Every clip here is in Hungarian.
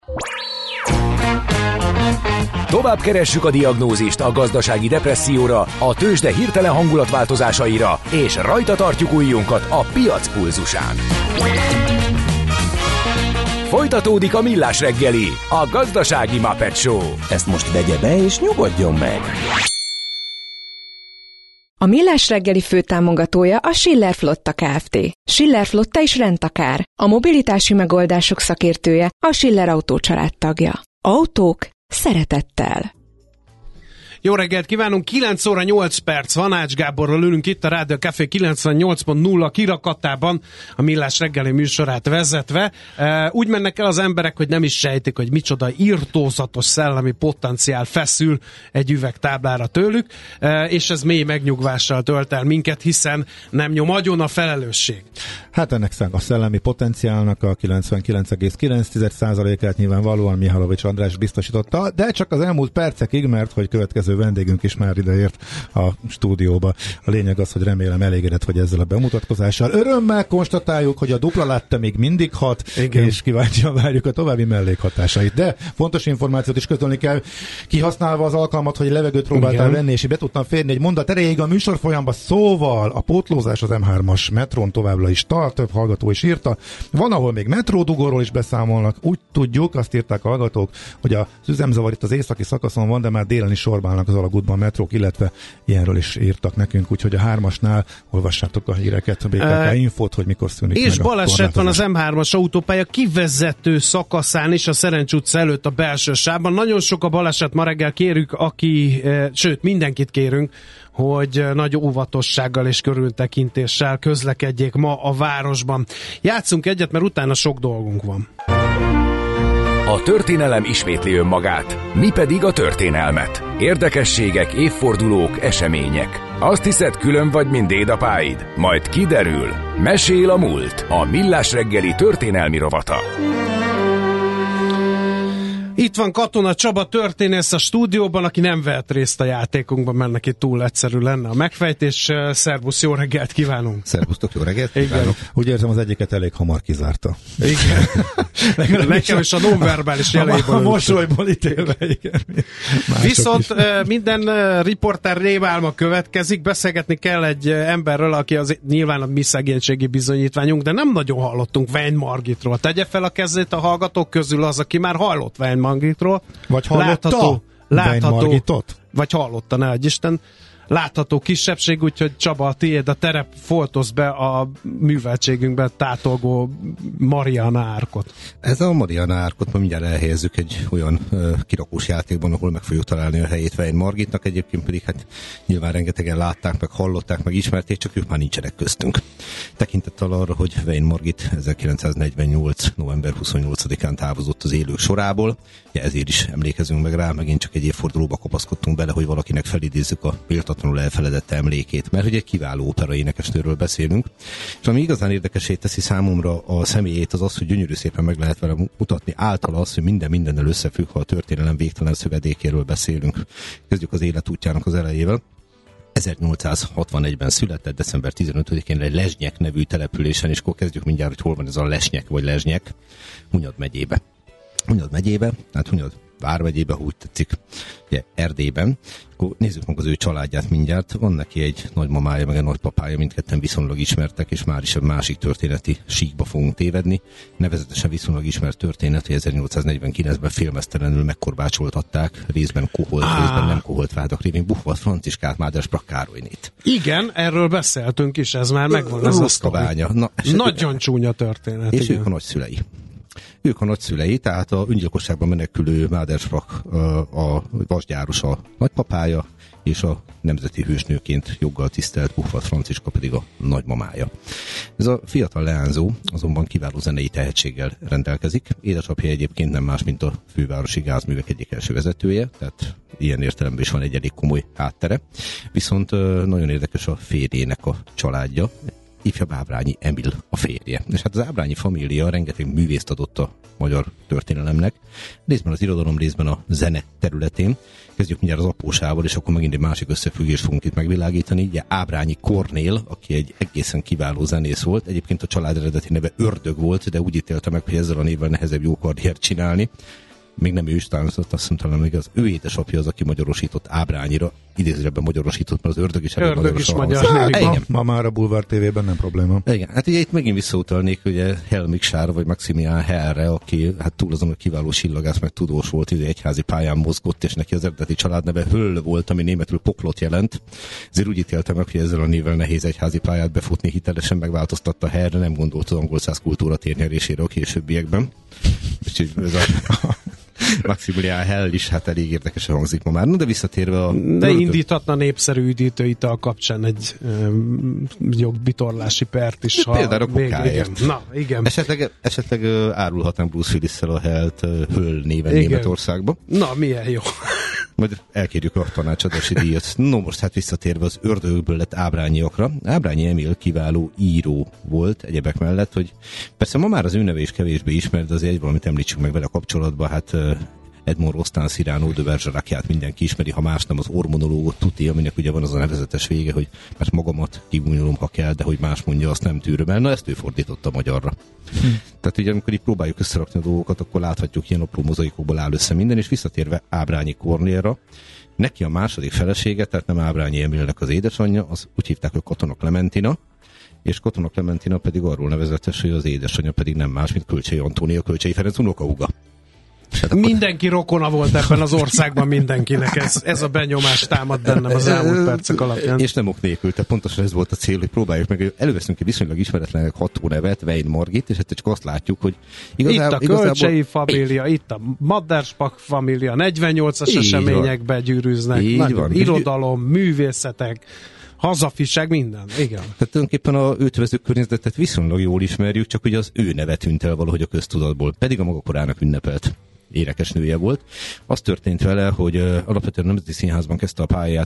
Tovább keressük a diagnózist a gazdasági depresszióra, a tőzsde hirtelen hangulatváltozásaira, és rajta tartjuk ujjunkat a piac pulzusán. Folytatódik a Millás reggeli, a gazdasági Muppet Show. Ezt most vegye be és nyugodjon meg! A Millás reggeli főtámogatója a Schiller Flotta Kft. Schiller Flotta és rendtakár. A mobilitási megoldások szakértője, a Schiller Autó családtagja. Autók szeretettel. Jó reggelt kívánunk, 9 óra 8 perc van, Ács Gáborral ülünk itt a Rádió Café 98.0 kirakatában a Millás reggeli műsorát vezetve. Úgy mennek el az emberek, hogy nem is sejtik, hogy micsoda irtózatos szellemi potenciál feszül egy üvegtáblára tőlük, és ez mély megnyugvással tölt el minket, hiszen nem nyom agyon a felelősség. Hát ennek a szellemi potenciálnak a 99,9%-át nyilvánvalóan Mihálovics András biztosította, de csak az elmúlt percekig, mert hogy következő vendégünk is már ideért a stúdióba. A lényeg az, hogy remélem elégedett vagy ezzel a bemutatkozással. Örömmel konstatáljuk, hogy a dupla latte még mindig hat, igen, és kíváncsian várjuk a további mellékhatásait. De fontos információt is közölni kell, kihasználva az alkalmat, hogy levegőt próbáltál venni, és be tudtam férni egy mondat erejéig a műsor folyamban, szóval a pótlózás az M3-as metrón továbbra is tart, több hallgató is írta. Van, ahol még metródugóról is beszámolnak. Úgy tudjuk, azt írták a hallgatók, hogy az üzemzavar itt az északi szakaszon van, de már délen is sorbálnak az alagútban metrók, illetve ilyenről is írtak nekünk, úgyhogy a 3-asnál olvassátok a híreket, a BKK infót, hogy mikor szűnik és meg baleset van az M3-as autópálya kivezető szakaszán is, a Szerencs utca előtt a belső sávban. Nagyon sok a baleset ma reggel, kérjük, sőt mindenkit kérünk, hogy nagy óvatossággal és körültekintéssel közlekedjék ma a városban. Játszunk egyet, mert utána sok dolgunk van. A történelem ismétli önmagát, mi pedig a történelmet. Érdekességek, évfordulók, események. Azt hiszed, külön vagy, mint dédapáid? Majd kiderül. Mesél a múlt. A Millás reggeli történelmi rovata. Itt van Katona Csaba történész a stúdióban, aki nem vehet részt a játékunkban, mert neki túl egyszerű lenne a megfejtés. Szervusz, jó reggelt kívánunk! Szervusztok, jó reggelt kívánok! Úgy érzem, az egyiket elég hamar kizárta. Igen. Nekem is a nonverbális jeléből. A mosolyból ítélve, igen. Viszont minden riporter rémálma következik, beszélgetni kell egy emberről, aki az nyilván a mi szegénységi bizonyítványunk, de nem nagyon hallottunk Vein Margitról. Tegye fel a kezét a hallgatók közül az, aki már hallott Vein Margitról. Vagy hallotta Vein Margitot? Vagy hallotta, ne adj Isten. Látható kisebbség, úgyhogy Csaba, tiéd a terep, foltoz be a műveltségünkben tátolgó Mariana árkot. Ez a Mariana árkot ma mindjárt elhelyezzük egy olyan kirakós játékban, ahol meg fogjuk találni a helyét Vein Margitnak, egyébként pedig hát nyilván rengetegen látták, meg hallották, meg ismerték, csak ők már nincsenek köztünk. Tekintettel arra, hogy Vein Margit 1948. november 28-án távozott az élők sorából, ja, ezért is emlékezünk meg rá, megint csak egy évfordulóba kapaszkodtunk bele, hogy valakinek felidézzük a méltatlanul elfeledett emlékét, mert hogy egy kiváló operaénekesnőről beszélünk. És ami igazán érdekessé teszi számomra a személyét, az az, hogy gyönyörű szépen meg lehet vele mutatni általa azt, hogy minden mindennel összefügg, ha a történelem végtelen szövedékéről beszélünk. Kezdjük az életútjának az elejével. 1861-ben született, december 15-én egy Lesnyek nevű településen, és akkor kezdjük mindjárt, hogy hol van ez a Lesnyek vagy Lesnyek, Hunyad megyébe, hát Hunyad vármegyébe, úgy tetszik, ugye Erdélyben. Akkor nézzük meg az ő családját mindjárt. Van neki egy nagymamája, meg egy nagypapája, mindketten viszonylag ismertek, és már is egy másik történeti síkba fogunk tévedni. Nevezetesen viszonylag ismert történet, hogy 1849-ben félmeztelenül megkorbácsoltatták, részben koholt, részben nem koholt vádak révén Buchwald Franciskát, Máder Sprach Károlynét. Igen, erről beszéltünk is, ez már megvan ez a sztori. Nagyon csúnya történet. És igen. Ők a nagyszülei. Ők a nagyszülei, tehát a öngyilkosságban menekülő Máder Sprach a vasgyáros a nagypapája, és a nemzeti hősnőként joggal tisztelt Buchwald Franciska pedig a nagymamája. Ez a fiatal leányzó azonban kiváló zenei tehetséggel rendelkezik. Édesapja egyébként nem más, mint a fővárosi gázművek egyik első vezetője, tehát ilyen értelemben is van egy elég komoly háttere. Viszont nagyon érdekes a férjének a családja. ifjabb Ábrányi Emil a férje. És hát az Ábrányi família rengeteg művészt adott a magyar történelemnek, részben az irodalom, részben a zene területén. Kezdjük mindjárt az apósával, és akkor megint egy másik összefüggést fogunk itt megvilágítani. Ugye Ábrányi Kornél, aki egy egészen kiváló zenész volt, egyébként a család eredeti neve Ördög volt, de úgy ítélte meg, hogy ezzel a névvel nehezebb jó karriert csinálni. Még nem ő is támasztott, azt hiszem talán még az ő édesapja az, aki magyarosított Ábrányira, idézőjelben magyarosított, mert az Ördög is magyar. Ma már a Bulvár TV-ben nem probléma. Igen, hát ugye itt megint visszautalnék ugye Helmik Sár vagy Maximilián Hellre, aki hát túl azon a kiváló csillagász meg tudós volt, ugye egyházi pályán mozgott, és neki az eredeti családneve Höll volt, ami németül poklot jelent. Ezért úgy ítélte meg, hogy ezzel a névvel nehéz egyházi pályát befutni, hitelesen megváltoztatta Hellre, nem gondolt az angol száz kultúra térnyerésére a későbbiekben. Úgyhogy ez a Maximilián Hell is hát elég érdekesen hangzik ma már. No, de visszatérve a... De indíthatna népszerű üdítőital kapcsán egy jogbitorlási pert is. Például a kokáért. Na, igen. Esetleg árulhatnánk Bruce Willis-szel a Hellt Höll néven Németországba. Na, milyen jó. Majd elkérjük a tanácsadási díjat. No, most hát visszatérve az ördögökből lett Ábrányiakra. Ábrányi Emil kiváló író volt egyebek mellett, hogy persze ma már az ő neve is kevésbé ismert, de azért valamit említsünk meg vele kapcsolatban, hát Edmond Rostand Cyrano de Bergerac-ját mindenki ismeri, ha más nem az ormonológot tuti, aminek ugye van az a nevezetes vége, hogy mert magamat kigúnyolom, ha kell, de hogy más mondja, azt nem tűröm el. Na, ezt ő fordította magyarra. Tehát ugye amikor itt próbáljuk összerakni a dolgokat, akkor láthatjuk, ilyen apró mozaikokból áll össze minden, és visszatérve Ábrányi Kornélra, neki a második felesége, tehát nem Ábrányi Emilnek az édesanyja, az úgy hívták, hogy Katona Klementina, és Katona Klementina pedig arról nevezetes, hogy az édesanyja pedig nem más, mint Kölcsey Antónia, Kölcsey Ferenc unokahúga. Hát mindenki rokona volt ebben az országban mindenkinek. Ez a benyomás támad bennem az elmúlt percek alapján. És nem ok nélkül, tehát pontosan ez volt a cél, hogy próbáljuk meg, hogy előveszünk egy viszonylag ismeretlenek hatónevet, Wein Margit, és hát csak azt látjuk, hogy igazából... Itt a Kölcsey família, itt a Madderspak família, 48-as eseményekbe gyűrűznek. Irodalom, művészetek, hazafiság, minden. Igen. Tehát tulajdonképpen a őt vezető környezetet viszonylag jól ismerjük, csak ugye az ő neve tűnt el valahogy a köztudatból, pedig a maga korának ünnepelt énekesnője volt. Az történt vele, hogy alapvetően a Nemzeti Színházban kezdte a pályáját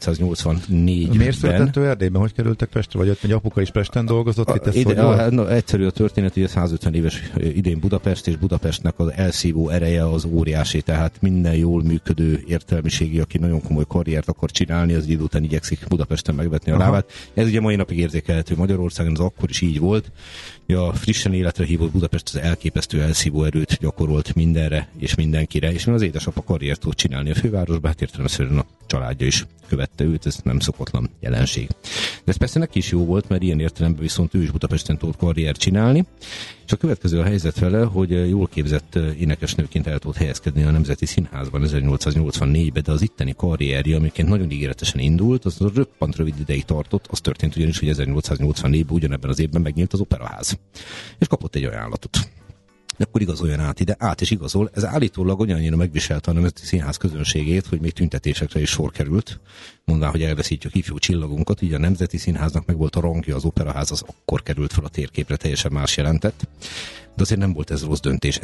1884-ben. Miért született ő Erdélyben? Hogy kerültek Pestre? Vagy egy apuka is Pesten dolgozott? Egyszerű a történet, hogy 150 éves idén Budapest, és Budapestnek az elszívó ereje az óriási, tehát minden jól működő értelmiségi, aki nagyon komoly karriert akar csinálni, az idő után igyekszik Budapesten megvetni a lábát. Ez ugye mai napig érzékelhető Magyarországon, az akkor is így volt. A frissen életre hívott Budapest az elképesztő elszívó erőt gyakorolt mindenre és mindenkire, és az édesapa karriert tud csinálni a fővárosba, hát értelemszerűen a családja is követte őt, ez nem szokatlan jelenség. De ez persze neki is jó volt, mert ilyen értelemben viszont ő is Budapesten tud karriert csinálni, és a következő a helyzet vele, hogy jól képzett énekesnőként el tud helyezkedni a Nemzeti Színházban 1884-ben, de az itteni karrierje, amiként nagyon ígéretesen indult, az röppant rövid ideig tartott, az történt ugyanis, hogy 1884-ben ugyanebben az évben megnyílt az Operaház, és kapott egy ajánlatot. Akkor igazoljon át is igazol. Ez állítólag olyannyira megviselte a Nemzeti Színház közönségét, hogy még tüntetésekre is sor került, mondván, hogy elveszítjük ifjú csillagunkat, így a Nemzeti Színháznak meg volt a rangja, az Operaház az akkor került fel a térképre, teljesen más jelentett. De azért nem volt ez rossz döntés.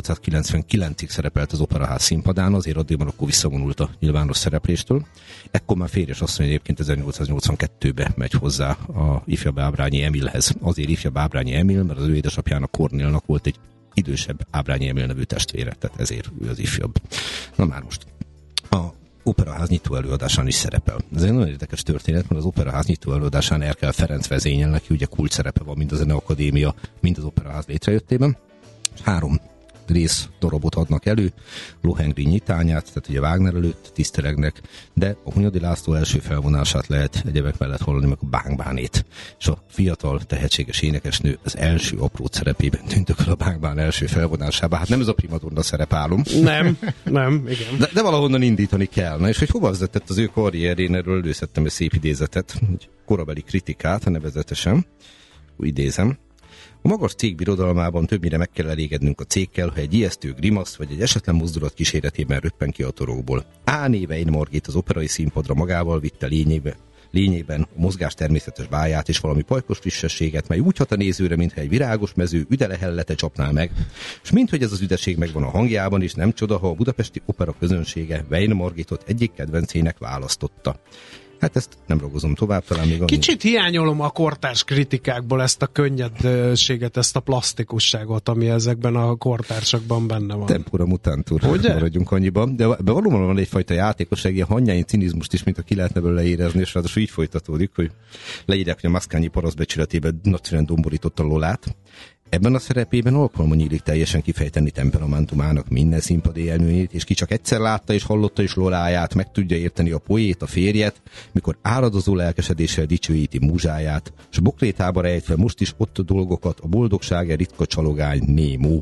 1899-ig szerepelt az Operaház színpadán, azért addigra akkor visszavonult a nyilvános szerepléstől. Ekkor már férjes asszony egyébként 1882-be megy hozzá a ifjabb Ábrányi Emilhez. Azért ifjabb Ábrányi Emil, mert az ő édesapjának, Kornélnak volt egy idősebb Ábrányi Emil nevű testvére, tehát ezért ő az ifjabb. Na már most a Operaház nyitó előadásán is szerepel. Ez egy nagyon érdekes történet, mert az Operaház nyitó előadásán Erkel Ferenc vezényel, neki ugye kult szerepe van mind a Zeneakadémia, mind az Operaház létrejöttében. 3 rész darabot adnak elő, Lohengrin nyitányát, tehát ugye Wagner előtt tisztelegnek, de a Hunyadi László első felvonását lehet egyebek mellett hallani, meg a Bánk Bánét. És a fiatal, tehetséges énekesnő az első apró szerepében tűntök el a Bánk Bán első felvonásában. Hát nem ez a primadonna szerepálom. Nem, igen. De valahonnan indítani kell. Na és hogy hova vezetett az ő karrierén, erről előszedtem egy szép idézetet, egy korabeli kritikát, nevezetesen, úgy idézem. A magas cég birodalmában többnyire meg kell elégednünk a cégkel, ha egy ijesztő grimasz vagy egy esetlen mozdulat kíséretében röppen ki a torokból. Wein Margit az operai színpadra magával vitte lényében a mozgás természetes báját és valami pajkos frissességet, mely úgy hat a nézőre, mintha egy virágos mező üdelehellete csapná meg, és minthogy ez az üdeség megvan a hangjában is, nem csoda, ha a budapesti opera közönsége Wein Margitot egyik kedvencének választotta. Hát ezt nem ragozom tovább, talán még Kicsit hiányolom a kortárs kritikákból ezt a könnyedséget, ezt a plastikusságot, ami ezekben a kortársakban benne van. Tempora mutantur, maradjunk annyiban. De valóban van egyfajta játékosság, ilyen hangyányi cinizmust is, mint a ki lehetne belőle érezni, és ráadásul így folytatódik, hogy leírják, hogy a Mascagni parasztbecsületében nagyszerűen domborította Lolát. Ebben a szerepében alkalma nyílik teljesen kifejteni temperamentumának minden színpadi előnyét, és ki csak egyszer látta és hallotta is Loláját, meg tudja érteni a poét, a férjet, mikor áradozó lelkesedéssel dicsőíti múzsáját, s bokrétába rejtve most is ott a dolgokat, a boldogság ritka csalogány Némó.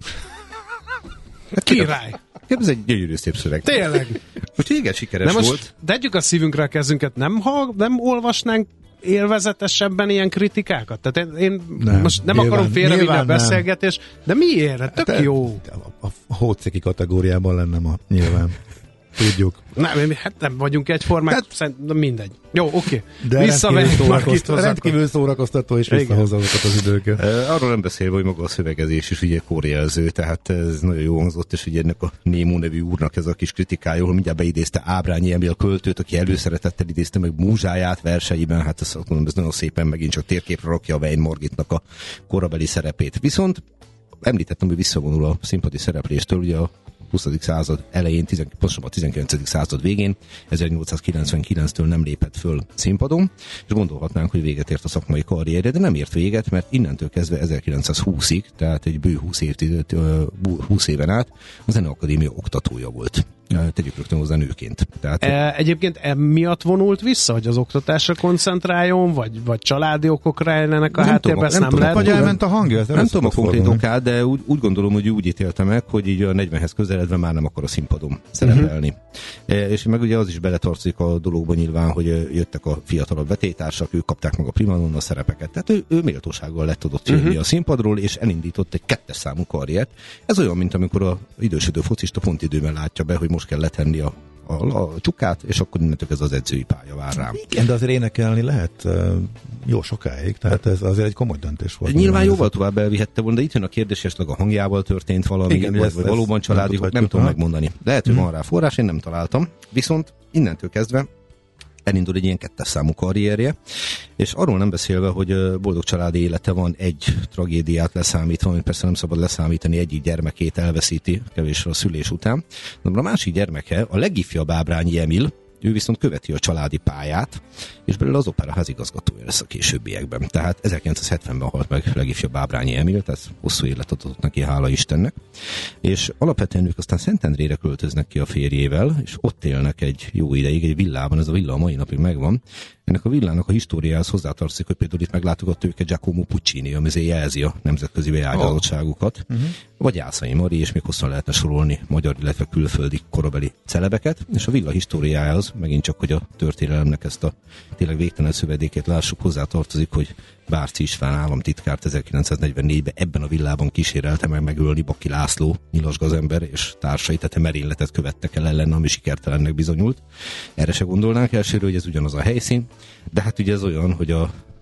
Király! Ez egy gyönyörű szép szöveg. Tényleg! Most igen sikeres volt. Tegyük a szívünkre a kezünket, nem olvasnánk élvezetesebben ilyen kritikákat? Tehát én most nem akarom félrevinni a beszélgetést, de miért? Tök jó. A hóceki kategóriában lenne ma, nyilván. Tudjuk. Nem vagyunk egyformák, de mindegy. Jó, oké. De rendkívül szórakoztató és visszahozza azokat az időket. Arról nem beszélve, hogy maga a szövegezés is ugye kórjelző, tehát ez nagyon jó hangzott, és ugye ennek a Némó nevű úrnak ez a kis kritikája, ahol mindjárt beidézte Ábrányi Emil költőt, aki előszeretettel idézte meg múzsáját verseiben, hát ezt mondom, ez nagyon szépen megint csak térképre rakja a Wein Margitnak a korabeli szerepét. Viszont említettem, hogy visszavonul a színpadi szerepléstől, ugye a 20. század elején, pontosabban a 19. század végén, 1899-től nem lépett föl színpadon, és gondolhatnánk, hogy véget ért a szakmai karrierje, de nem ért véget, mert innentől kezdve 1920-ig, tehát egy bő 20 éven át a Zeneakadémia oktatója volt. Tegyük rögtön hozzá nőként. Tehát, egyébként emiatt vonult vissza, hogy az oktatásra koncentráljon, vagy családi okok rejlenek a háttérben, ezt nem lehet. Vagy elment a hangja? Nem tudom a konkrét okát, de úgy gondolom, hogy úgy ítélte meg, hogy így a 40-hez közeledve már nem akar a színpadon szerepelni. És meg ugye az is beletartozik a dologban nyilván, hogy jöttek a fiatalabb vetélytársak, ők kapták meg a primadonna szerepeket. Tehát ő méltósággal le tudott jönni a színpadról, és elindított egy 2-es számú karriert. Ez olyan, mint amikor az idősödő focista pont időben látja be, hogy most kell letenni a csukát, és akkor innentől ez az edzői pálya vár rám. Igen, de azért énekelni lehet jó sokáig, tehát ez azért egy komoly döntés volt. Nyilván jóval tovább elvihette volna, de itt jön a kérdés, esetleg a hangjával történt valami, igen, vagy valóban családi, nem tudom megmondani. Lehet, hogy van rá forrás, én nem találtam. Viszont innentől kezdve elindul egy ilyen 2-es számú karrierje, és arról nem beszélve, hogy boldog családi élete van, egy tragédiát leszámítva, amit persze nem szabad leszámítani, egyik gyermekét elveszíti kevéssel a szülés után. De a másik gyermeke, a legifjabb Ábrányi Emil, ő viszont követi a családi pályát, és belőle az operaház igazgatója lesz a későbbiekben. Tehát 1970-ben halt meg legifjabb Ábrányi Emil, tehát hosszú életet adott neki, hála Istennek. És alapvetően ők aztán Szentendrére költöznek ki a férjével, és ott élnek egy jó ideig, egy villában, ez a villa a mai napig megvan. Ennek a villának a históriához hozzátartozik, hogy például itt meglátogatta őket Giacomo Puccini, ami azért jelzi a nemzetközi beágyazottságukat, vagy Jászai Mari, és még hosszan lehetne sorolni magyar, illetve külföldi korabeli celebeket, és a villa históriához, megint csak, hogy a történelemnek ezt a tényleg végtelen szövedékét lássuk, hozzátartozik, hogy Bárci István államtitkárt 1944-ben ebben a villában kísérelte megölni Baki László, nyilas gazember és társai, tehát merényletet követtek el ellen, ami sikertelennek bizonyult. Erre se gondolnánk elsőről, hogy ez ugyanaz a helyszín, de hát ugye ez olyan, hogy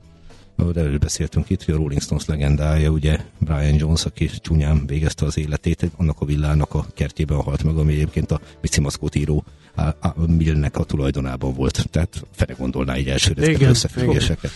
erről beszéltünk itt, hogy a Rolling Stones legendája, ugye Brian Jones, aki csúnyán végezte az életét, annak a villának a kertjében halt meg, ami egyébként a Micimaszkót író Millnek a tulajdonában volt. Tehát fene gondolná így elsőre ezeket összefüggéseket.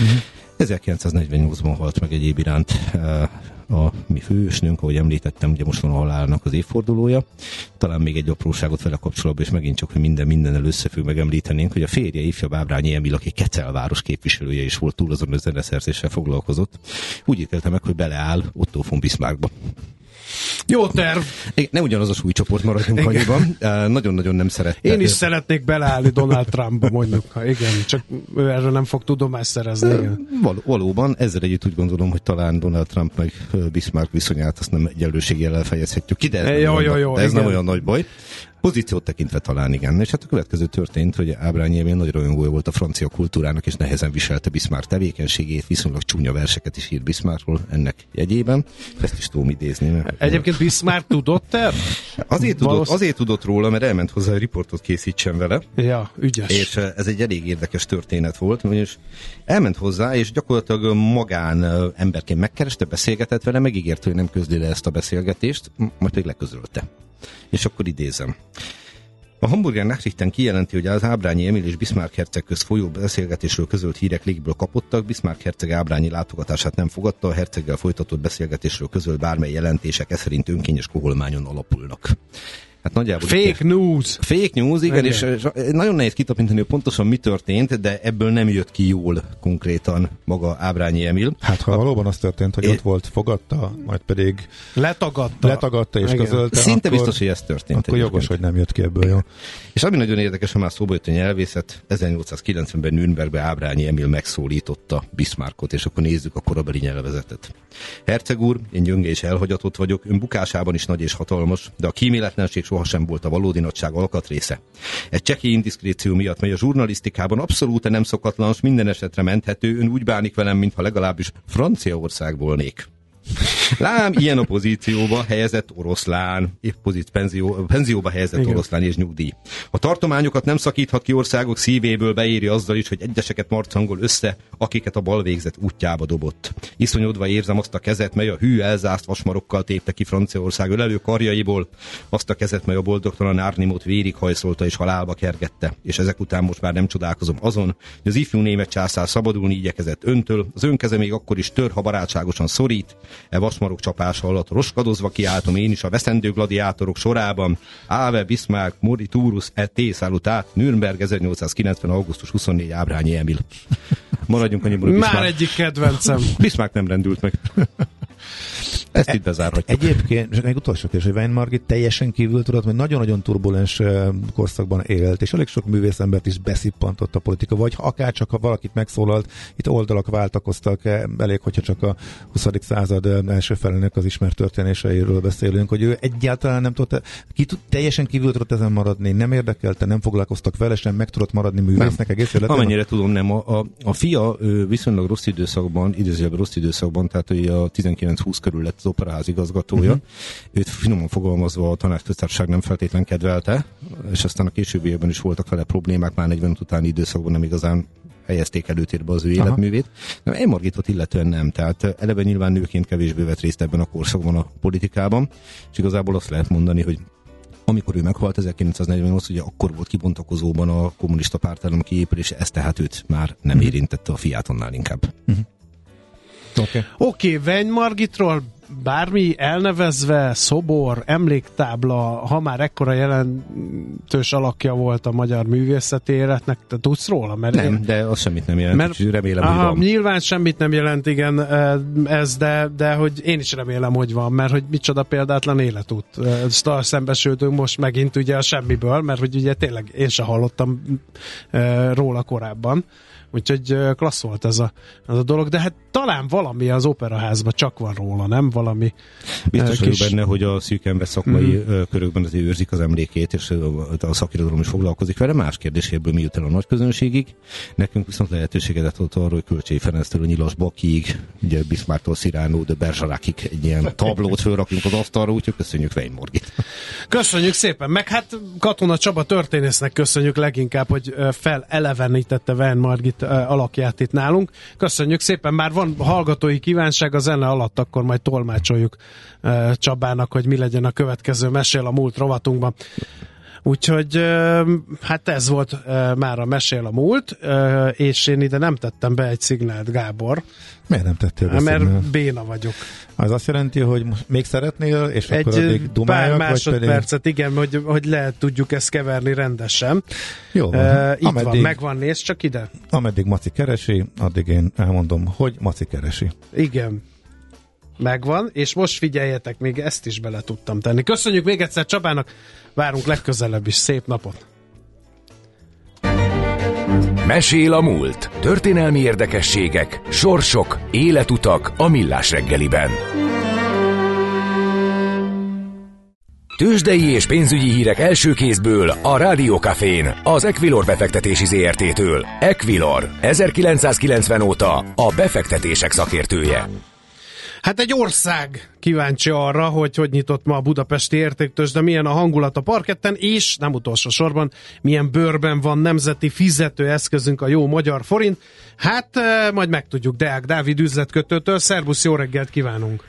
1948-ban halt meg egyéb iránt a mi főhősnünk, ahogy említettem, ugye most van a halálának az évfordulója. Talán még egy apróságot vele kapcsolatban, és megint csak, hogy mindennel összefügg, megemlítenénk, hogy a férje ifjabb Ábrányi Emil, aki Kecelváros képviselője is volt, túl azon a zeneszerzéssel foglalkozott. Úgy ítélte meg, hogy beleáll Otto von Bismarckba. Jó terv! Ne ugyanaz a súlycsoport maradjunk annyiban. Nagyon-nagyon nem szerettem. Én is szeretnék beleállni Donald Trumpba, mondjuk. Igen, csak ő erről nem fog tudomást szerezni. Igen. Valóban, ezzel együtt úgy gondolom, hogy talán Donald Trump meg Bismarck viszonyát azt nem egyenlőséggel fejezhetjük ki, de ez nem olyan nagy baj. Pozíciót tekintve talán igen. És hát a következő történt, hogy Ábrányi Emil nagy rajongója volt a francia kultúrának, és nehezen viselte Bismarck tevékenységét, viszonylag csúnya verseket is írt Bismarckról ennek jegyében. Ezt is tudom idézni. Egyébként Bismarck tudott el? Azért tudott róla, mert elment hozzá, hogy riportot készítsen vele. Ja, ügyes. És ez egy elég érdekes történet volt, és elment hozzá, és gyakorlatilag magán emberként megkereste, beszélgetett vele, megígért, hogy nem közli le ezt a beszélgetést, majd pedig leközölte. És akkor idézem. A Hamburger Nachrichten kijelenti, hogy az Ábrányi Emil és Bismarck herceg közt folyó beszélgetésről közölt hírek légből kapottak. Bismarck herceg Ábrányi látogatását nem fogadta, a herceggel folytatott beszélgetésről közölt bármely jelentések e szerint önkényes koholmányon alapulnak. Hát nagyjából Fake news! Fake news, igen, és nagyon nehéz kitapintani, hogy pontosan mi történt, de ebből nem jött ki jól konkrétan maga Ábrányi Emil. Hát ha valóban az történt, hogy ott volt, fogadta, majd pedig letagadta és közölte, szinte akkor, biztos, hogy ez történt. Akkor jogos, hogy nem jött ki ebből, jó. És ami nagyon érdekes, ha már szóba jött a nyelvészet, 1890-ben Nürnbergbe Ábrányi Emil megszólította Bismarckot, és akkor nézzük a korabeli nyelvezetet. Herceg úr, én gyönge és elhagyatott vagyok, ön bukásában is nagy és hatalmas, de a kíméletlenség sohasem volt a valódi nagyság alkatrésze. Egy csekély indiszkréció miatt, mely a zsurnalisztikában abszolút nem szokatlan, és minden esetre menthető, ön úgy bánik velem, mintha legalábbis Franciaország volnék. Lám, ilyen a pozícióba helyezett oroszlán, penzióba helyezett igen. Oroszlán és nyugdíj. A tartományokat nem szakíthat ki országok szívéből, beéri azzal is, hogy egyeseket marcangol össze, akiket a bal végzet útjába dobott. Iszonyodva érzem azt a kezet, mely a hű elzárt vasmarokkal tépte ki Franciaország ölelő karjaiból, azt a kezet, mely a boldogtalan Árnimót vérig hajszolta és halálba kergette. És ezek után most már nem csodálkozom azon, hogy az ifjú német császár szabadulni igyekezett öntől, az önkeze még akkor is tör, ha barátságosan szorít. E vasmarok csapása alatt roskadozva kiáltom én is a veszendő gladiátorok sorában. Ave Bismarck moriturus et te salutat, Nürnberg 1890. augusztus 24. Ábrányi Emil. Maradjunk annyiból, már egyik kedvencem. Bismarck nem rendült meg. Ezt itt bezárhatjuk. Egyébként, még utolsó kérdés, hogy Wein Margit teljesen kívül tudod, hogy nagyon-nagyon turbulens korszakban élt, és elég sok művészembert is beszippantott a politika, vagy akár csak ha valakit megszólalt, itt oldalak váltakoztak, elég, hogyha csak a 20. század első felének az ismert történéseiről beszélünk, hogy ő egyáltalán nem tudta, teljesen kívül tudott ezen maradni, nem érdekelte, nem foglalkoztak vele, sem meg tudott maradni művésznek egész életben. Amennyire tudom, nem. A fia viszonylag rossz időszakban, idézőjelben rossz időszakban, tehát hogy a 19-20 körül lett az Operaház igazgatója. Őt finoman fogalmazva a Tanácsköztársaság nem feltétlen kedvelte, és aztán a későbbiekben is voltak vele problémák, már 45 utáni időszakban nem igazán helyezték előtérbe az ő életművét. Wein Margitot illetően nem, tehát eleve nyilván nőként kevésbé vett részt ebben a korszakban a politikában, és igazából azt lehet mondani, hogy amikor ő meghalt 1948, ugye akkor volt kibontakozóban a kommunista pártállam kiépülése, ez tehát őt már nem érintette, a fiát annál inkább. Oké, Wein Margitról bármi elnevezve, szobor, emléktábla, ha már ekkora jelentős alakja volt a magyar művészeti életnek, te tudsz róla? Mert nem, de az semmit nem jelent, mert, remélem, hogy van. Nyilván semmit nem jelent, igen, ez, de hogy én is remélem, hogy van, mert hogy micsoda példátlan életút. Szembesültünk most megint ugye a semmiből, mert hogy ugye tényleg én sem hallottam róla korábban. Úgyhogy klassz volt ez a dolog, de hát talán valami az Operaházban csak van róla, nem? Valami biztos vagyok benne, hogy a szűkenve szakmai körökben azért őrzik az emlékét, és a szakirodalom is foglalkozik vele. Más kérdéséből mi jut el a nagy közönségig. Nekünk viszont lehetőséget adott arról, hogy Kölcsey Ferenctől a Nyilas Bakiig, ugye Bismarcktól Cyrano de Bergeracig egy ilyen tablót fölrakjunk az asztalra, úgyhogy köszönjük Wein Margit. Köszönjük szépen, meg hát Katona Csaba történésznek köszönjük leginkább, hogy felelevenítette Wein Margit alakját itt nálunk. Köszönjük szépen, már van hallgatói kívánság a zene alatt, akkor majd tolmácsoljuk Csabának, hogy mi legyen a következő Mesél a múlt rovatunkban. Úgyhogy hát ez volt már a Mesél a múlt, és én ide nem tettem be egy szignált, Gábor. Miért nem tettél be mert szignált? béna vagyok. Az azt jelenti, hogy még szeretnél, és egy akkor addig dumáljak, pár másodpercet, igen, hogy lehet tudjuk ezt keverni rendesen. Jó, itt van, megvan, nézd csak ide. Ameddig Maci keresi, addig én elmondom, hogy Maci keresi. Igen. Megvan, és most figyeljetek, még ezt is bele tudtam tenni. Köszönjük még egyszer Csabának, várunk legközelebb is, szép napot! Mesél a múlt. Történelmi érdekességek, sorsok, életutak a Millás reggeliben. Tőzsdei és pénzügyi hírek első kézből a Rádió Cafén, az Equilor befektetési ZRT-től. Equilor, 1990 óta a befektetések szakértője. Hát egy ország kíváncsi arra, hogy nyitott ma a budapesti értéktőzsde, milyen a hangulat a parketten, és nem utolsó sorban, milyen bőrben van nemzeti fizetőeszközünk, a jó magyar forint. Hát majd megtudjuk Deák Dávid üzletkötőtől. Szerbusz, jó reggelt kívánunk!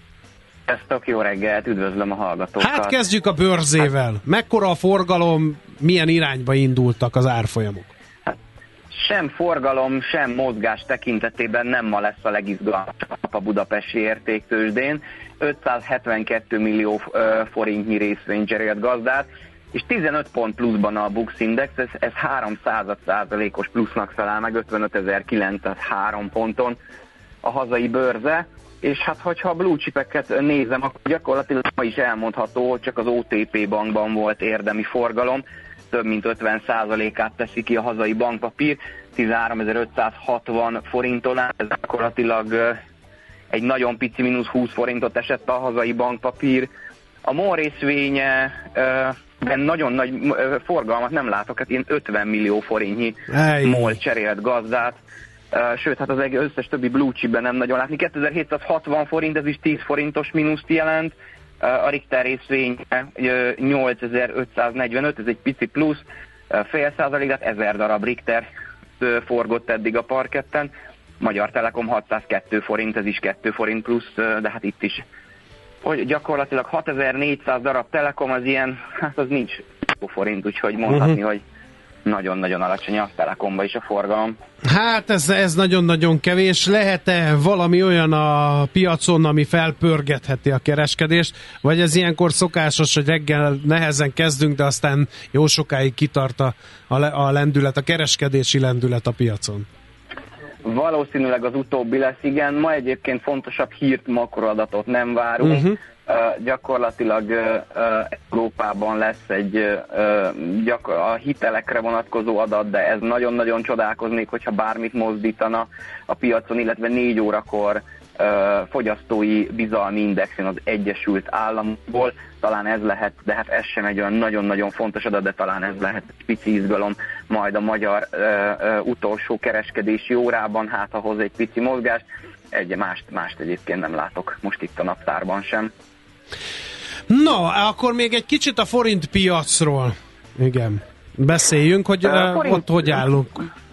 Sziasztok, jó reggelt, üdvözlöm a hallgatókat! Hát kezdjük a bőrzével. Mekkora a forgalom, milyen irányba indultak az árfolyamok? Sem forgalom, sem mozgás tekintetében nem ma lesz a legizgalmasabb a budapesti értéktőzsdén. 572 millió forintnyi részvény cserélt gazdát, és 15 pont pluszban a Bux Index, ez 3%-os plusznak felel meg 55.903 ponton a hazai bőrze, és hát hogyha a blue chipeket nézem, akkor gyakorlatilag ma is elmondható, csak az OTP bankban volt érdemi forgalom, több mint 50%-át teszi ki a hazai bankpapír, 13.560 forinton áll, ez gyakorlatilag egy nagyon pici mínusz 20 forintot esett a hazai bankpapír. A MOL részvényben nagyon nagy forgalmat nem látok, hát ilyen 50 millió forintnyi MOL cserélt gazdát, sőt, hát az összes többi blue chipben nem nagyon látni. 2760 forint, ez is 10 forintos mínuszt jelent, a Richter részvény 8545, ez egy pici plusz, fél százalékát, 1000 darab Richter forgott eddig a parketten, Magyar Telekom 602 forint, ez is 2 forint plusz, de hát itt is hogy gyakorlatilag 6400 darab Telekom, az ilyen, hát az nincs forint, úgyhogy mondhatni, hogy nagyon-nagyon alacsony a Telekomban is a forgalom. Hát ez nagyon-nagyon kevés. Lehet-e valami olyan a piacon, ami felpörgetheti a kereskedést, vagy ez ilyenkor szokásos, hogy reggel nehezen kezdünk, de aztán jó sokáig kitart a lendület, a kereskedési lendület a piacon? Valószínűleg az utóbbi lesz, igen. Ma egyébként fontosabb hírt, makroadatot nem várunk. Gyakorlatilag Európában lesz egy a hitelekre vonatkozó adat, de ez nagyon-nagyon csodálkoznék, hogyha bármit mozdítana a piacon, illetve 4 órakor fogyasztói bizalmi indexen az Egyesült Államokból. Talán ez lehet, de hát ez sem egy olyan nagyon-nagyon fontos adat, de talán ez lehet egy pici izgalom majd a magyar utolsó kereskedési órában, hát ahhoz egy pici mozgást. Mást egyébként nem látok most itt a naptárban sem. No, akkor még egy kicsit a forint piacról. Igen. Beszéljünk, hogy ott hogy állunk.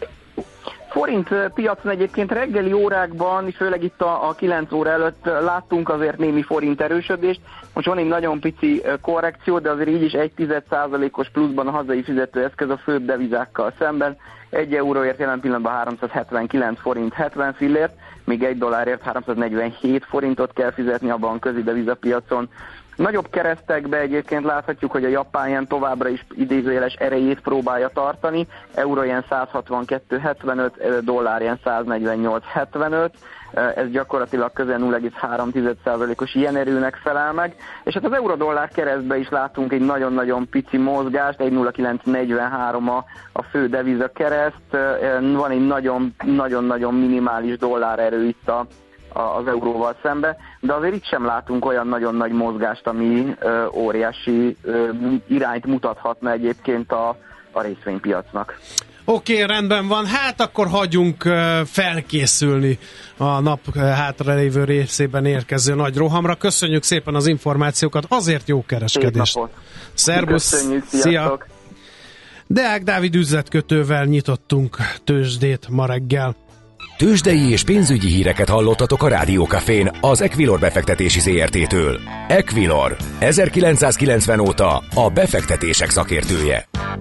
Forint piacon egyébként reggeli órákban, főleg itt a 9 óra előtt láttunk azért némi forint erősödést. Most van egy nagyon pici korrekció, de azért így is 1,1%-os pluszban a hazai fizetőeszköz a főbb devizákkal szemben. 1 euróért jelen pillanatban 379 forint 70 fillért, még 1 dollárért 347 forintot kell fizetni a bankközi devizapiacon. Nagyobb keresztekbe egyébként láthatjuk, hogy a japán jen továbbra is idézőjeles erejét próbálja tartani. Euró jen 162,75, dollár jen 148,75. Ez gyakorlatilag közel 0,3%-os ilyen erőnek felel meg. És hát az euró-dollár keresztbe is látunk egy nagyon-nagyon pici mozgást, 1,0943 a fő deviza kereszt. Van egy nagyon-nagyon minimális dollárerő itt az euróval szembe, de azért itt sem látunk olyan nagyon nagy mozgást, ami óriási irányt mutathatna egyébként a részvénypiacnak. Oké, rendben van, hát akkor hagyjunk felkészülni a nap hátralévő részében érkező nagy rohamra. Köszönjük szépen az információkat, azért jó kereskedést! Szerbusz! Köszönjük, szia! Deák Dávid üzletkötővel nyitottunk tőzsdét ma reggel. Tőzsdei és pénzügyi híreket hallottatok a Rádió Cafén az Equilor befektetési ZRT-től. Equilor, 1990 óta a befektetések szakértője.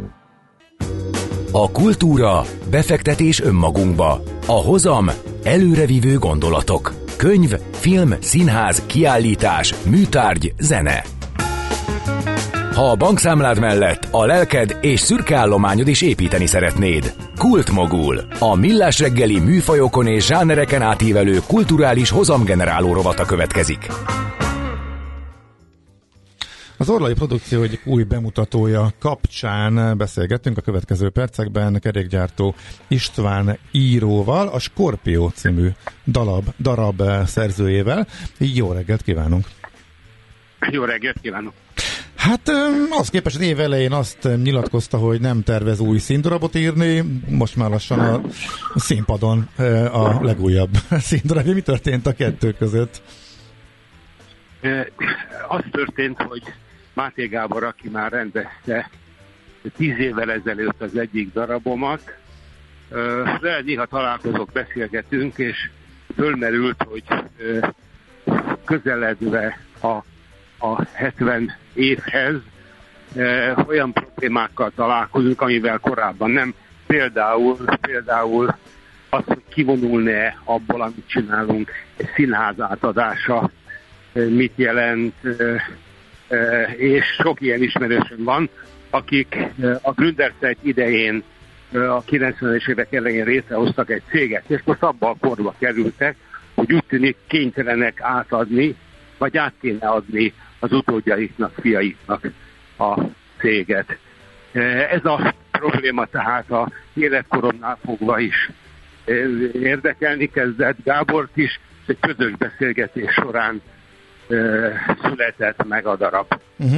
A kultúra, befektetés önmagunkba. A hozam, előrevívő gondolatok. Könyv, film, színház, kiállítás, műtárgy, zene. Ha a bankszámlád mellett a lelked és szürke állományod is építeni szeretnéd. Kultmogul, a millás reggeli műfajokon és zsánereken átívelő kulturális hozamgeneráló rovata következik. Az Orlai Produkció egyik új bemutatója kapcsán beszélgettünk a következő percekben kerékgyártó István íróval, a Skorpió című darab szerzőjével. Jó reggelt kívánunk! Jó reggelt kívánok! Hát az képest az év elején azt nyilatkozta, hogy nem tervez új színdarabot írni, most már lassan a színpadon a legújabb színdarabja. Mi történt a kettő között? Az történt, hogy Máté Gábor, aki már rendezte 10 évvel ezelőtt az egyik darabomat, de néha találkozok, beszélgetünk, és fölmerült, hogy közeledve a 70 évhez olyan problémákkal találkozunk, amivel korábban nem. Például az, hogy kivonulni abból, amit csinálunk, egy színház átadása mit jelent, és sok ilyen ismerősöm van, akik a Gründerzeit idején a 90-es évek elején létrehoztak egy céget, és most abba a korba kerültek, hogy úgy tűnik kénytelenek átadni, vagy át kéne adni az utódjaiknak, fiaiknak a céget. Ez a probléma tehát a életkoromnál fogva is érdekelni kezdett Gábort is, egy közös beszélgetés során született meg a darab.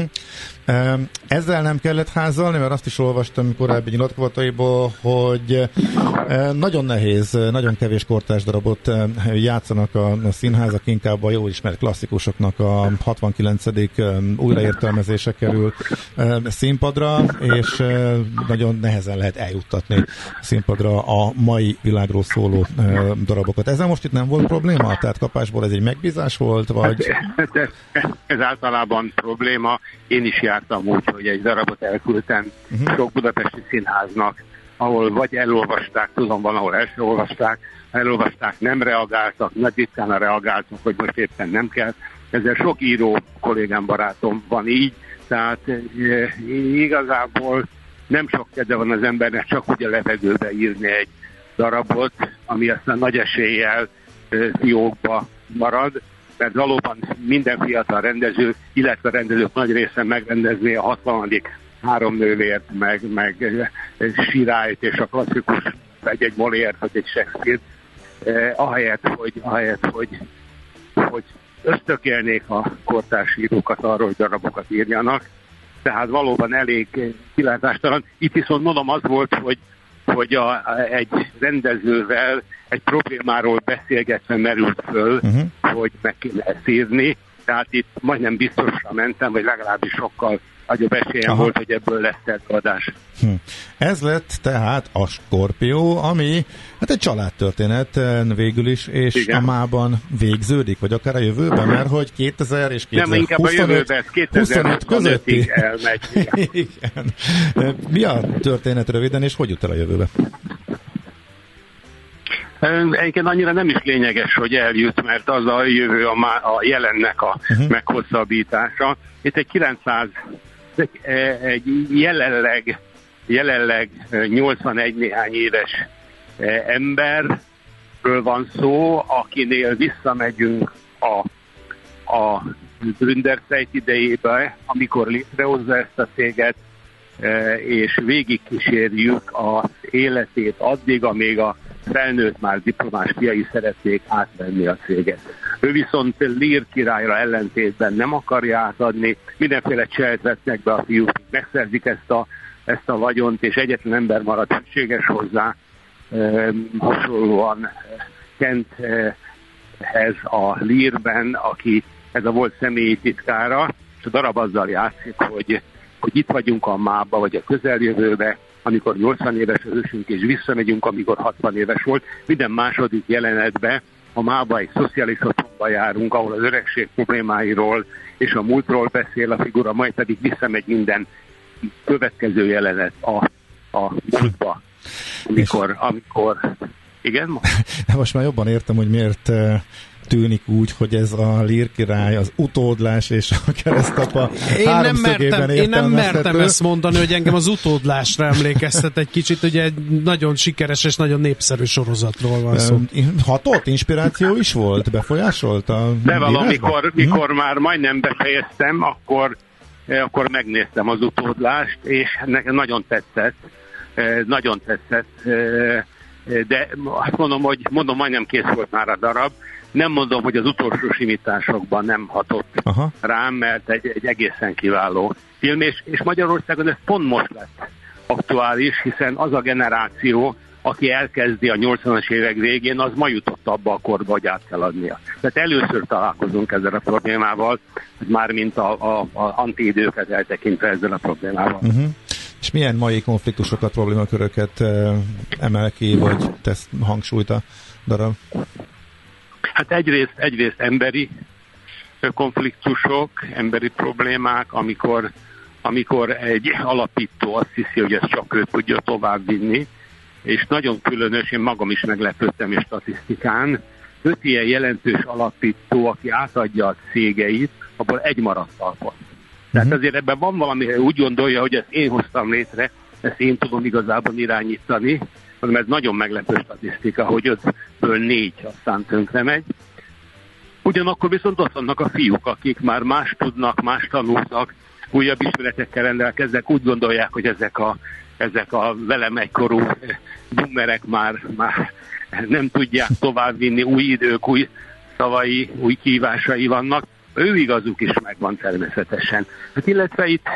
Ezzel nem kellett házalni, mert azt is olvastam korábbi nyilatkozataiból, hogy nagyon nehéz, nagyon kevés kortárs darabot játszanak a színházak, inkább a jól ismert klasszikusoknak a 69. újraértelmezése kerül színpadra, és nagyon nehezen lehet eljuttatni színpadra a mai világról szóló darabokat. Ezzel most itt nem volt probléma? Tehát kapásból ez egy megbízás volt, vagy... Ez általában probléma. Én is jártam úgy, hogy egy darabot elküldtem sok budapesti színháznak, ahol vagy elolvasták, tudom, van, ahol el sem elolvasták, nem reagáltak, nagy ritkán reagáltak, hogy most éppen nem kell. Ezzel sok író kollégám, barátom van így, tehát igazából nem sok kedve van az embernek csak úgy a levegőbe írni egy darabot, ami aztán nagy eséllyel fiókba marad, mert valóban minden fiatal rendező, illetve rendezők nagy része megrendezné a 60. Három nővért, meg Sirályt és a klasszikus egy Molière, vagy egy Shakespeare, ahelyett, hogy ösztökélnék a kortárs írókat arról, hogy darabokat írjanak. Tehát valóban elég kilátástalan. Itt viszont mondom, az volt, hogy egy rendezővel egy problémáról beszélgetve merült föl, hogy meg kéne ezt írni. Tehát itt majdnem biztosra mentem, vagy legalábbis sokkal nagyobb esélyem volt, hogy ebből lesz előadás. Ez lett tehát a Skorpió, ami hát egy családtörténet végül is, és igen, a mában végződik, vagy akár a jövőben, mert hogy 2000 és 2025, nem, inkább a jövőben, 2025 közötti elmegy. Igen. Mi a történet röviden, és hogy jut el a jövőbe? Egyébként annyira nem is lényeges, hogy eljut, mert az a jövő a jelennek a meghosszabbítása. Itt egy jelenleg 81 néhány éves emberről van szó, akinél visszamegyünk a Gründerzeit idejébe, amikor létrehozza ezt a céget, és végigkísérjük az életét addig, amíg a felnőtt már diplomás fiai szeretnék átvenni a céget. Ő viszont Lear királyra ellentétben nem akarja átadni, mindenféle cselt vesznek be a fiúk, megszerzik ezt a vagyont, és egyetlen ember marad szükséges hozzá, hasonlóan Kenthez a Learben, aki ez a volt személyi titkára, és a darab azzal játszik, hogy itt vagyunk a mába, vagy a közeljövőbe, amikor 80 éves az ősünk, és visszamegyünk, amikor 60 éves volt. Minden második jelenetben a mába egy szociális otthonba járunk, ahol az öregség problémáiról és a múltról beszél a figura, majd pedig visszamegy minden következő jelenet a múltba. Amikor igen? Most már jobban értem, hogy miért tűnik úgy, hogy ez a Lear király, az utódlás és a keresztapa háromszögében Én nem mertem ezt mondani, hogy engem az utódlásra emlékeztet egy kicsit, ugye egy nagyon sikeres és nagyon népszerű sorozatról van szó. Hatott? Inspiráció is volt? Befolyásolt a de valamikor már majdnem befejeztem, akkor megnéztem az utódlást, és nekem nagyon tetszett, de azt mondom, majdnem kész volt már a darab. Nem mondom, hogy az utolsó simításokban nem hatott rám, mert egy egészen kiváló film, és Magyarországon ez pont most lett aktuális, hiszen az a generáció, aki elkezdi a 80-as évek végén, az ma jutott abba a korba, hogy át kell adnia. Tehát először találkozunk ezzel a problémával, mármint a antiidőket eltekintve ezzel a problémával. És milyen mai konfliktusokat, problémaköröket emel ki, vagy tesz hangsúlyt a darab? Hát egyrészt emberi konfliktusok, emberi problémák, amikor amikor egy alapító azt hiszi, hogy ezt csak ő tudja továbbvinni, és nagyon különös, én magam is meglepődtem a statisztikán, 5 ilyen jelentős alapító, aki átadja a cégeit, abból egy maradt talpon. Tehát azért ebben van valami, úgy gondolja, hogy ezt én hoztam létre, ezt én tudom igazából irányítani, hanem ez nagyon meglepő statisztika, hogy 5-ből 4 aztán tönkre megy. Ugyanakkor viszont ott vannak a fiúk, akik már más tudnak, más tanultak, újabb ismeretekkel rendelkeznek, úgy gondolják, hogy ezek a velem egykorú boomerek már nem tudják továbbvinni, új idők, új szavai, új kívásai vannak. Ő igazuk is megvan természetesen. Hát illetve itt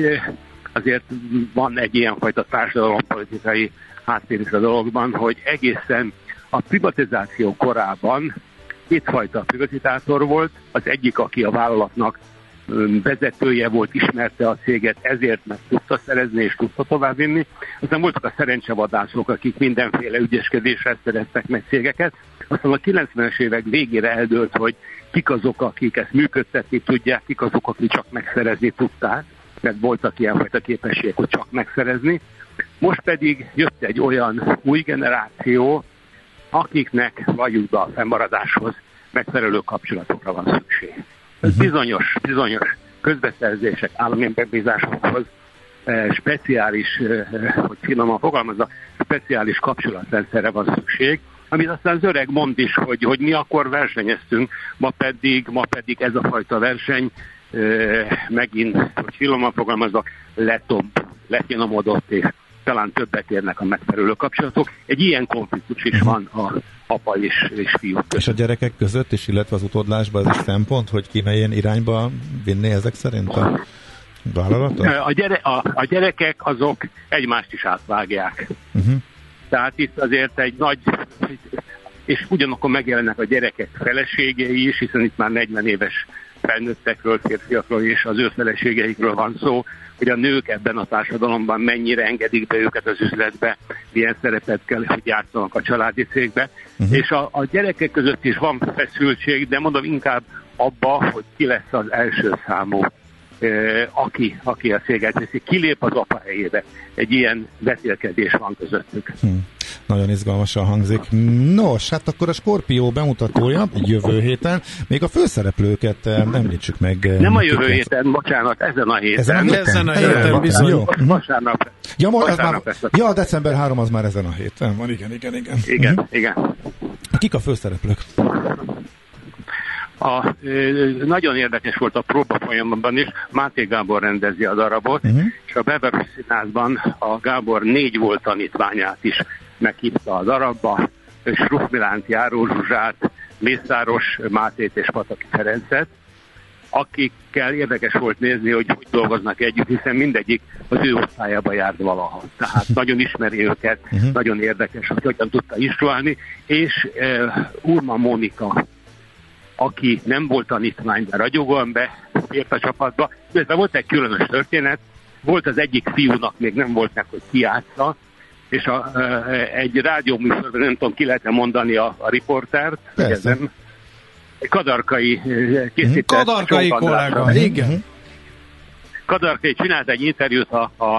azért van egy ilyenfajta társadalompolitikai háttér is a dologban, hogy egészen a privatizáció korában kétfajta privatizátor volt, az egyik, aki a vállalatnak vezetője volt, ismerte a céget, ezért meg tudta szerezni és tudta továbbvinni. Aztán voltak a szerencsevadászok, akik mindenféle ügyeskedéssel szereztek meg cégeket. Aztán a 90-es évek végére eldőlt, hogy kik azok, akik ezt működtetni tudják, kik azok, akik csak megszerezni tudták, mert voltak ilyenfajta képességek, hogy csak megszerezni. Most pedig jött egy olyan új generáció, akiknek valljuk be a fennmaradáshoz megfelelő kapcsolatokra van szükség. Bizonyos közbeszerzések, állami megbízásokhoz speciális, hogy finoman fogalmazza, speciális kapcsolatrendszerre van szükség, amit aztán az öreg mond is, hogy mi akkor versenyeztünk, ma pedig ez a fajta verseny megint, hogy finoman fogalmazza, lefinomodott, és talán többet érnek a megfelelő kapcsolatok. Egy ilyen konfliktus is van a apa és fiú között. És a gyerekek között is, illetve az utódlásban ez is szempont, hogy ki melyen irányba vinni ezek szerint a vállalatot? A gyerekek azok egymást is átvágják. Tehát itt azért egy nagy, és ugyanakkor megjelennek a gyerekek feleségei is, hiszen itt már 40 éves felnőttekről, férfiakról és az ő feleségeikről van szó, hogy a nők ebben a társadalomban mennyire engedik be őket az üzletbe, milyen szerepet kell, hogy játszanak a családi cégbe. És a gyerekek között is van feszültség, de mondom inkább abba, hogy ki lesz az első számú, aki a céget veszi, kilép az apa helyébe. Egy ilyen beszélkedés van közöttük. Nagyon izgalmasan hangzik. Nos, hát akkor a Skorpió bemutatója jövő héten. Még a főszereplőket említsük meg. Nem a jövő héten, bocsánat, ezen a héten. Ezen a héten bizony. Jó. Vasárnap. Ja, december 3 az már ezen a héten van, igen. Igen. Kik a főszereplők? Nagyon érdekes volt a próba folyamban is, Máté Gábor rendezi a darabot, és a Beverly Színházban a Gábor 4 volt tanítványát is meghívta a darabba, és Rufmilánt, Járó Zsuzsát, Mészáros Mátét és Pataki Ferencet, akikkel érdekes volt nézni, hogy dolgoznak együtt, hiszen mindegyik az ő osztályába járt valaha. Tehát nagyon ismeri őket, nagyon érdekes, hogy hogyan tudta instruálni, és Urma Mónika, aki nem volt tanítvány, de ragyogóan beért a csapatba. De volt egy különös történet, volt az egyik fiúnak, még nem volt meg, hogy ki játsza, és egy rádióműsorban, nem tudom, ki lehetne mondani a riportert, nem, Kadarkai készített. Kadarkai kollega, igen. Kadarkai csinált egy interjút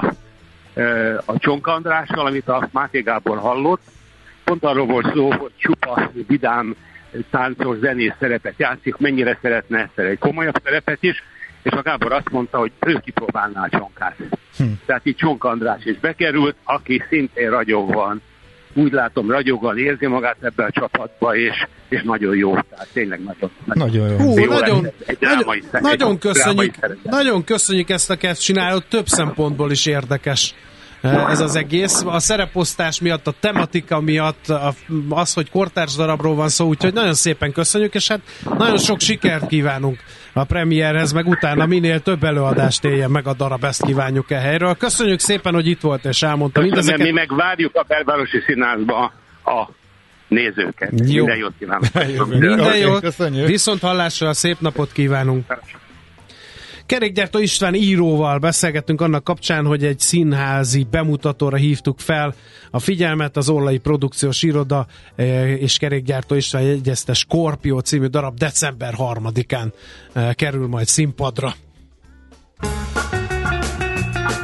a Csonka Andrással, amit a Máté Gábor hallott. Pont arról volt szó, hogy csupa vidám táncos, zenész szerepet játszik, mennyire szeretne ezt egy komolyabb szerepet is, és a Gábor azt mondta, hogy ő kipróbálná a Csonkát. Tehát így Csonka András is bekerült, aki szintén ragyogóan, úgy látom, ragyogóan érzi magát ebbe a csapatba, és nagyon jó. Tehát tényleg nagyon jó. Nagyon köszönjük ezt a kezd csinálót, több szempontból is érdekes ez az egész. A szereposztás miatt, a tematika miatt, az, hogy kortárs darabról van szó, úgyhogy nagyon szépen köszönjük, és hát nagyon sok sikert kívánunk a premierhez, meg utána minél több előadást éljen meg a darab, ezt kívánjuk e helyről. Köszönjük szépen, hogy itt volt és elmondta mindezeket. Mi meg várjuk a Belvárosi Színházba a nézőket. Jó. Minden jót kívánunk. Minden jót. Viszont hallásra, szép napot kívánunk. Kerékgyártó István íróval beszélgettünk annak kapcsán, hogy egy színházi bemutatóra hívtuk fel a figyelmet, az Orlai Produkciós Iroda és Kerékgyártó István jegyezte Skorpió című darab december 3-án kerül majd színpadra.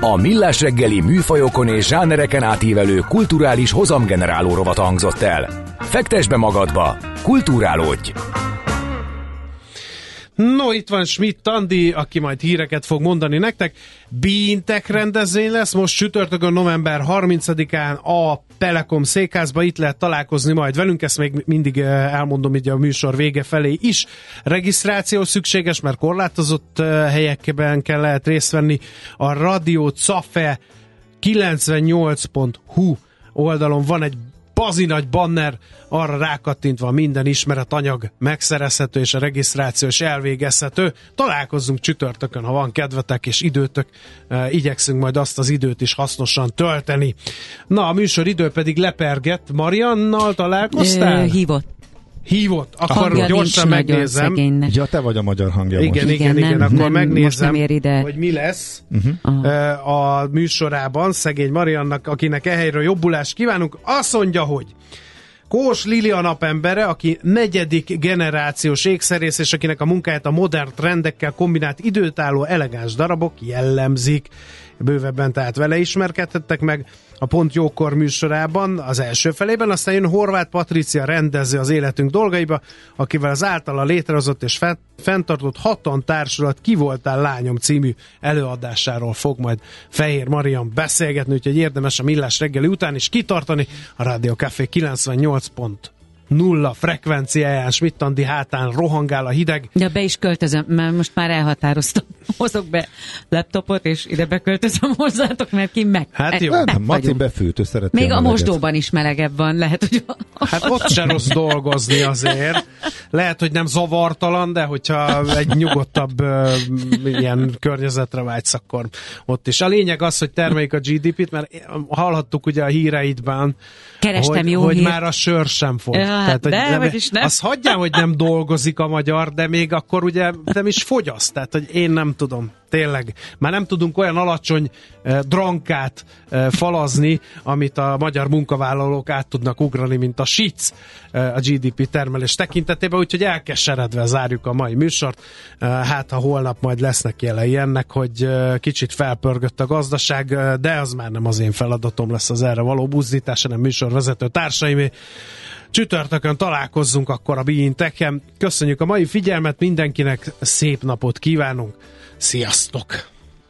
A Millás reggeli műfajokon és zsánereken átívelő kulturális hozamgeneráló rovata hangzott el. Fektesd be magadba, kulturálódj! No, itt van Schmidt Andi, aki majd híreket fog mondani nektek. Beintech rendezvény lesz most csütörtökön november 30-án a Telekom székházba, itt lehet találkozni majd velünk, ezt még mindig elmondom így a műsor vége felé is. Regisztráció szükséges, mert korlátozott helyekben lehet részt venni. A Radio Cafe 98.hu oldalon van egy bazinagy banner, arra rákattintva minden ismeretanyag megszerezhető, és a regisztráció is elvégezhető. Találkozzunk csütörtökön, ha van kedvetek és időtök, igyekszünk majd azt az időt is hasznosan tölteni. A műsor idő pedig lepergett. Mariannal találkoztál? Hívott, akkor hangja gyorsan megnézem. Ja, te vagy a magyar hangja most. Igen, akkor megnézem, ide. hogy mi lesz a műsorában szegény Mariannak, akinek ehelyről jobbulást kívánunk. Azt mondja, hogy Kós Lili a napembere, aki 4. generációs ékszerész, és akinek a munkáját a modern trendekkel kombinált időtálló elegáns darabok jellemzik. Bővebben tehát vele ismerkedhettek meg a Pont Jókor műsorában az első felében, aztán jön Horváth Patricia rendező az életünk dolgaiba, akivel az általa létrehozott és fenntartott Hatan Társulat Ki voltál lányom című előadásáról fog majd Fehér Marian beszélgetni, úgyhogy érdemes a Millás reggeli után is kitartani a Rádió Café 98.0 frekvenciáján. Schmidt Andi hátán rohangál a hideg. Ja, be is költözöm, mert most már elhatároztam. Hozok be laptopot, és ide beköltözöm hozzátok, mert ki meg. Hát jó. Maci befűtő, szereti. Még a mosdóban is melegebb van, lehet, hogy... Hát ott se rossz dolgozni azért. Lehet, hogy nem zavartalan, de hogyha egy nyugodtabb ilyen környezetre vágysz, akkor ott is. A lényeg az, hogy termeljük a GDP-t, mert hallhattuk ugye a híreidben, hogy már a sör sem fogy. Ja, tehát, azt hagyjál, hogy nem dolgozik a magyar, de még akkor ugye nem is fogyaszt. Tehát, hogy én nem tudom. Tényleg. Már nem tudunk olyan alacsony drankát falazni, amit a magyar munkavállalók át tudnak ugrani, mint a SIC a GDP termelés tekintetében, úgyhogy elkeseredve zárjuk a mai műsort. Hát, ha holnap majd lesznek jelei ennek, hogy kicsit felpörgött a gazdaság, de az már nem az én feladatom lesz az erre való buzdítás, hanem műsorvezető társaimé. Csütörtökön találkozzunk akkor a Beintech-en. Köszönjük a mai figyelmet, mindenkinek szép napot kívánunk. Sziasztok!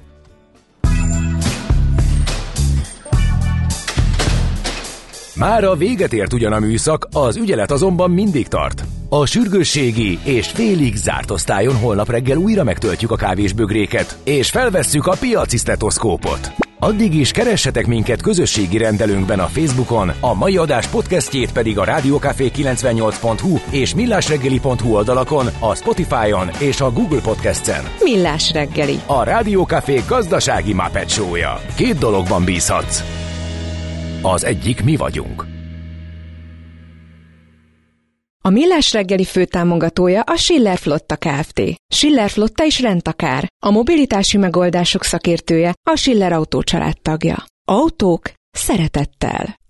Mára véget ért ugyan a műszak, az ügyelet azonban mindig tart. A sürgősségi és félig zárt osztályon holnap reggel újra megtöltjük a kávésbögréket, és felvesszük a piaci sztetoszkópot. Addig is keressetek minket közösségi rendelőnkben a Facebookon, a mai adás podcastjét pedig a rádiókafé 98.hu és millásreggeli.hu oldalakon, a Spotify-on és a Google Podcast-en. Millás reggeli. A Rádiókafé gazdasági Muppet show-ja. 2 dologban bízhatsz. Az egyik mi vagyunk. A Millás reggeli főtámogatója a Schiller Flotta Kft. Schiller Flotta is rendtakár. A mobilitási megoldások szakértője, a Schiller Autó család tagja. Autók szeretettel.